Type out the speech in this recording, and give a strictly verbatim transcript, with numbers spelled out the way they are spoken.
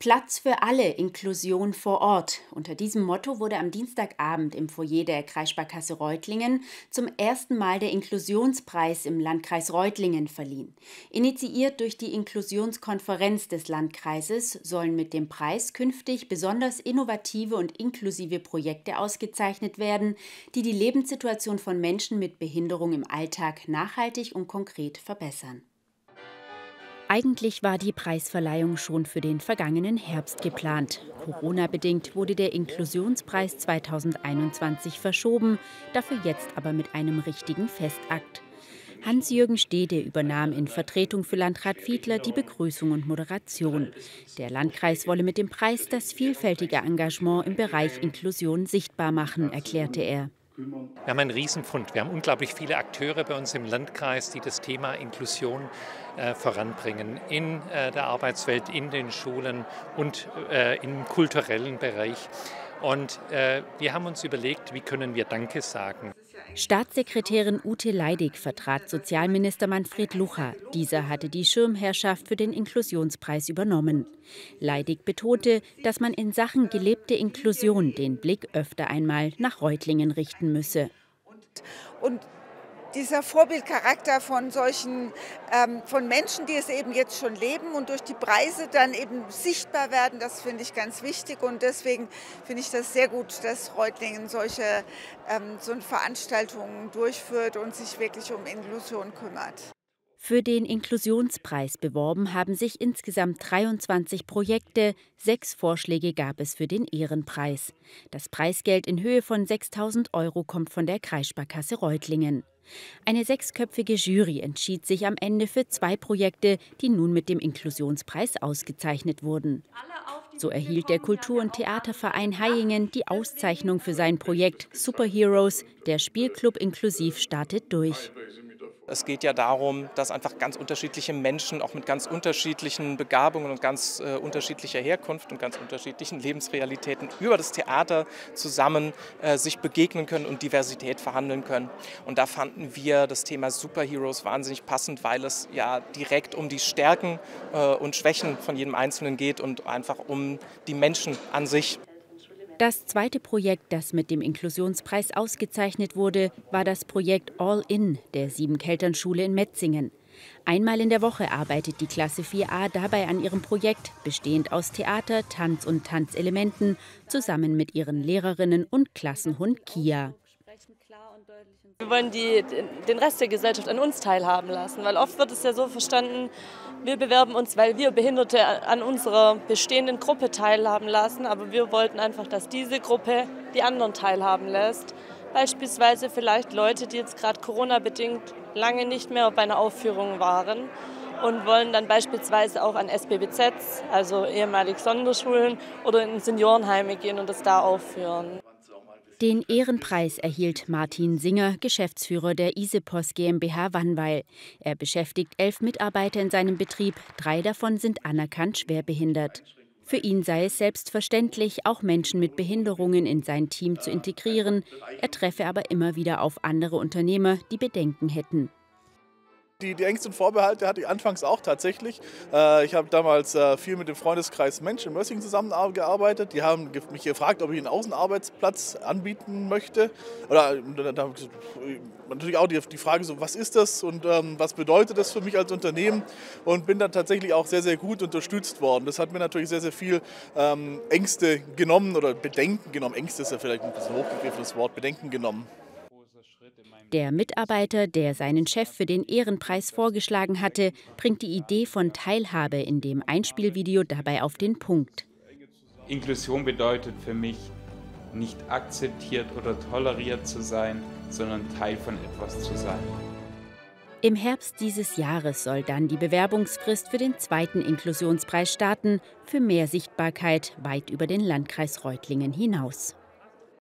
Platz für alle, Inklusion vor Ort. Unter diesem Motto wurde am Dienstagabend im Foyer der Kreissparkasse Reutlingen zum ersten Mal der Inklusionspreis im Landkreis Reutlingen verliehen. Initiiert durch die Inklusionskonferenz des Landkreises sollen mit dem Preis künftig besonders innovative und inklusive Projekte ausgezeichnet werden, die die Lebenssituation von Menschen mit Behinderung im Alltag nachhaltig und konkret verbessern. Eigentlich war die Preisverleihung schon für den vergangenen Herbst geplant. Corona-bedingt wurde der Inklusionspreis zweitausendeinundzwanzig verschoben, dafür jetzt aber mit einem richtigen Festakt. Hans-Jürgen Stede übernahm in Vertretung für Landrat Fiedler die Begrüßung und Moderation. Der Landkreis wolle mit dem Preis das vielfältige Engagement im Bereich Inklusion sichtbar machen, erklärte er. Wir haben einen Riesenfund. Wir haben unglaublich viele Akteure bei uns im Landkreis, die das Thema Inklusion äh, voranbringen. In äh, der Arbeitswelt, in den Schulen und äh, im kulturellen Bereich. Und äh, wir haben uns überlegt, wie können wir Danke sagen. Staatssekretärin Ute Leidig vertrat Sozialminister Manfred Lucha. Dieser hatte die Schirmherrschaft für den Inklusionspreis übernommen. Leidig betonte, dass man in Sachen gelebte Inklusion den Blick öfter einmal nach Reutlingen richten müsse. Und dieser Vorbildcharakter von solchen, ähm, von Menschen, die es eben jetzt schon leben und durch die Preise dann eben sichtbar werden, das finde ich ganz wichtig. Und deswegen finde ich das sehr gut, dass Reutlingen solche ähm, so Veranstaltungen durchführt und sich wirklich um Inklusion kümmert. Für den Inklusionspreis beworben haben sich insgesamt dreiundzwanzig Projekte. Sechs Vorschläge gab es für den Ehrenpreis. Das Preisgeld in Höhe von sechstausend Euro kommt von der Kreissparkasse Reutlingen. Eine sechsköpfige Jury entschied sich am Ende für zwei Projekte, die nun mit dem Inklusionspreis ausgezeichnet wurden. So erhielt der Kultur- und Theaterverein Hayingen die Auszeichnung für sein Projekt Superheroes. Der Spielclub Inklusiv startet durch. Es geht ja darum, dass einfach ganz unterschiedliche Menschen, auch mit ganz unterschiedlichen Begabungen und ganz äh, unterschiedlicher Herkunft und ganz unterschiedlichen Lebensrealitäten über das Theater zusammen äh, sich begegnen können und Diversität verhandeln können. Und da fanden wir das Thema Superheroes wahnsinnig passend, weil es ja direkt um die Stärken äh, und Schwächen von jedem Einzelnen geht und einfach um die Menschen an sich. Das zweite Projekt, das mit dem Inklusionspreis ausgezeichnet wurde, war das Projekt All In der Siebenkelternschule in Metzingen. Einmal in der Woche arbeitet die Klasse vier a dabei an ihrem Projekt, bestehend aus Theater, Tanz und Tanzelementen, zusammen mit ihren Lehrerinnen und Klassenhund Kia. Wir wollen die, den Rest der Gesellschaft an uns teilhaben lassen, weil oft wird es ja so verstanden, wir bewerben uns, weil wir Behinderte an unserer bestehenden Gruppe teilhaben lassen, aber wir wollten einfach, dass diese Gruppe die anderen teilhaben lässt. Beispielsweise vielleicht Leute, die jetzt gerade Corona-bedingt lange nicht mehr bei einer Aufführung waren und wollen dann beispielsweise auch an S B B Zs, also ehemalig Sonderschulen, oder in Seniorenheime gehen und das da aufführen. Den Ehrenpreis erhielt Martin Singer, Geschäftsführer der Isepos GmbH Wannweil. Er beschäftigt elf Mitarbeiter in seinem Betrieb, drei davon sind anerkannt schwerbehindert. Für ihn sei es selbstverständlich, auch Menschen mit Behinderungen in sein Team zu integrieren. Er treffe aber immer wieder auf andere Unternehmer, die Bedenken hätten. Die, die Ängste und Vorbehalte hatte ich anfangs auch tatsächlich. Äh, ich habe damals äh, viel mit dem Freundeskreis Mensch in Mössingen zusammengearbeitet. Die haben mich gefragt, ob ich einen Außenarbeitsplatz anbieten möchte. Oder da, da, natürlich auch die, die Frage, so, was ist das und ähm, was bedeutet das für mich als Unternehmen? Und bin dann tatsächlich auch sehr, sehr gut unterstützt worden. Das hat mir natürlich sehr, sehr viel ähm, Ängste genommen oder Bedenken genommen. Ängste ist ja vielleicht ein bisschen hochgegriffenes Wort, Bedenken genommen. Der Mitarbeiter, der seinen Chef für den Ehrenpreis vorgeschlagen hatte, bringt die Idee von Teilhabe in dem Einspielvideo dabei auf den Punkt. Inklusion bedeutet für mich, nicht akzeptiert oder toleriert zu sein, sondern Teil von etwas zu sein. Im Herbst dieses Jahres soll dann die Bewerbungsfrist für den zweiten Inklusionspreis starten, für mehr Sichtbarkeit weit über den Landkreis Reutlingen hinaus.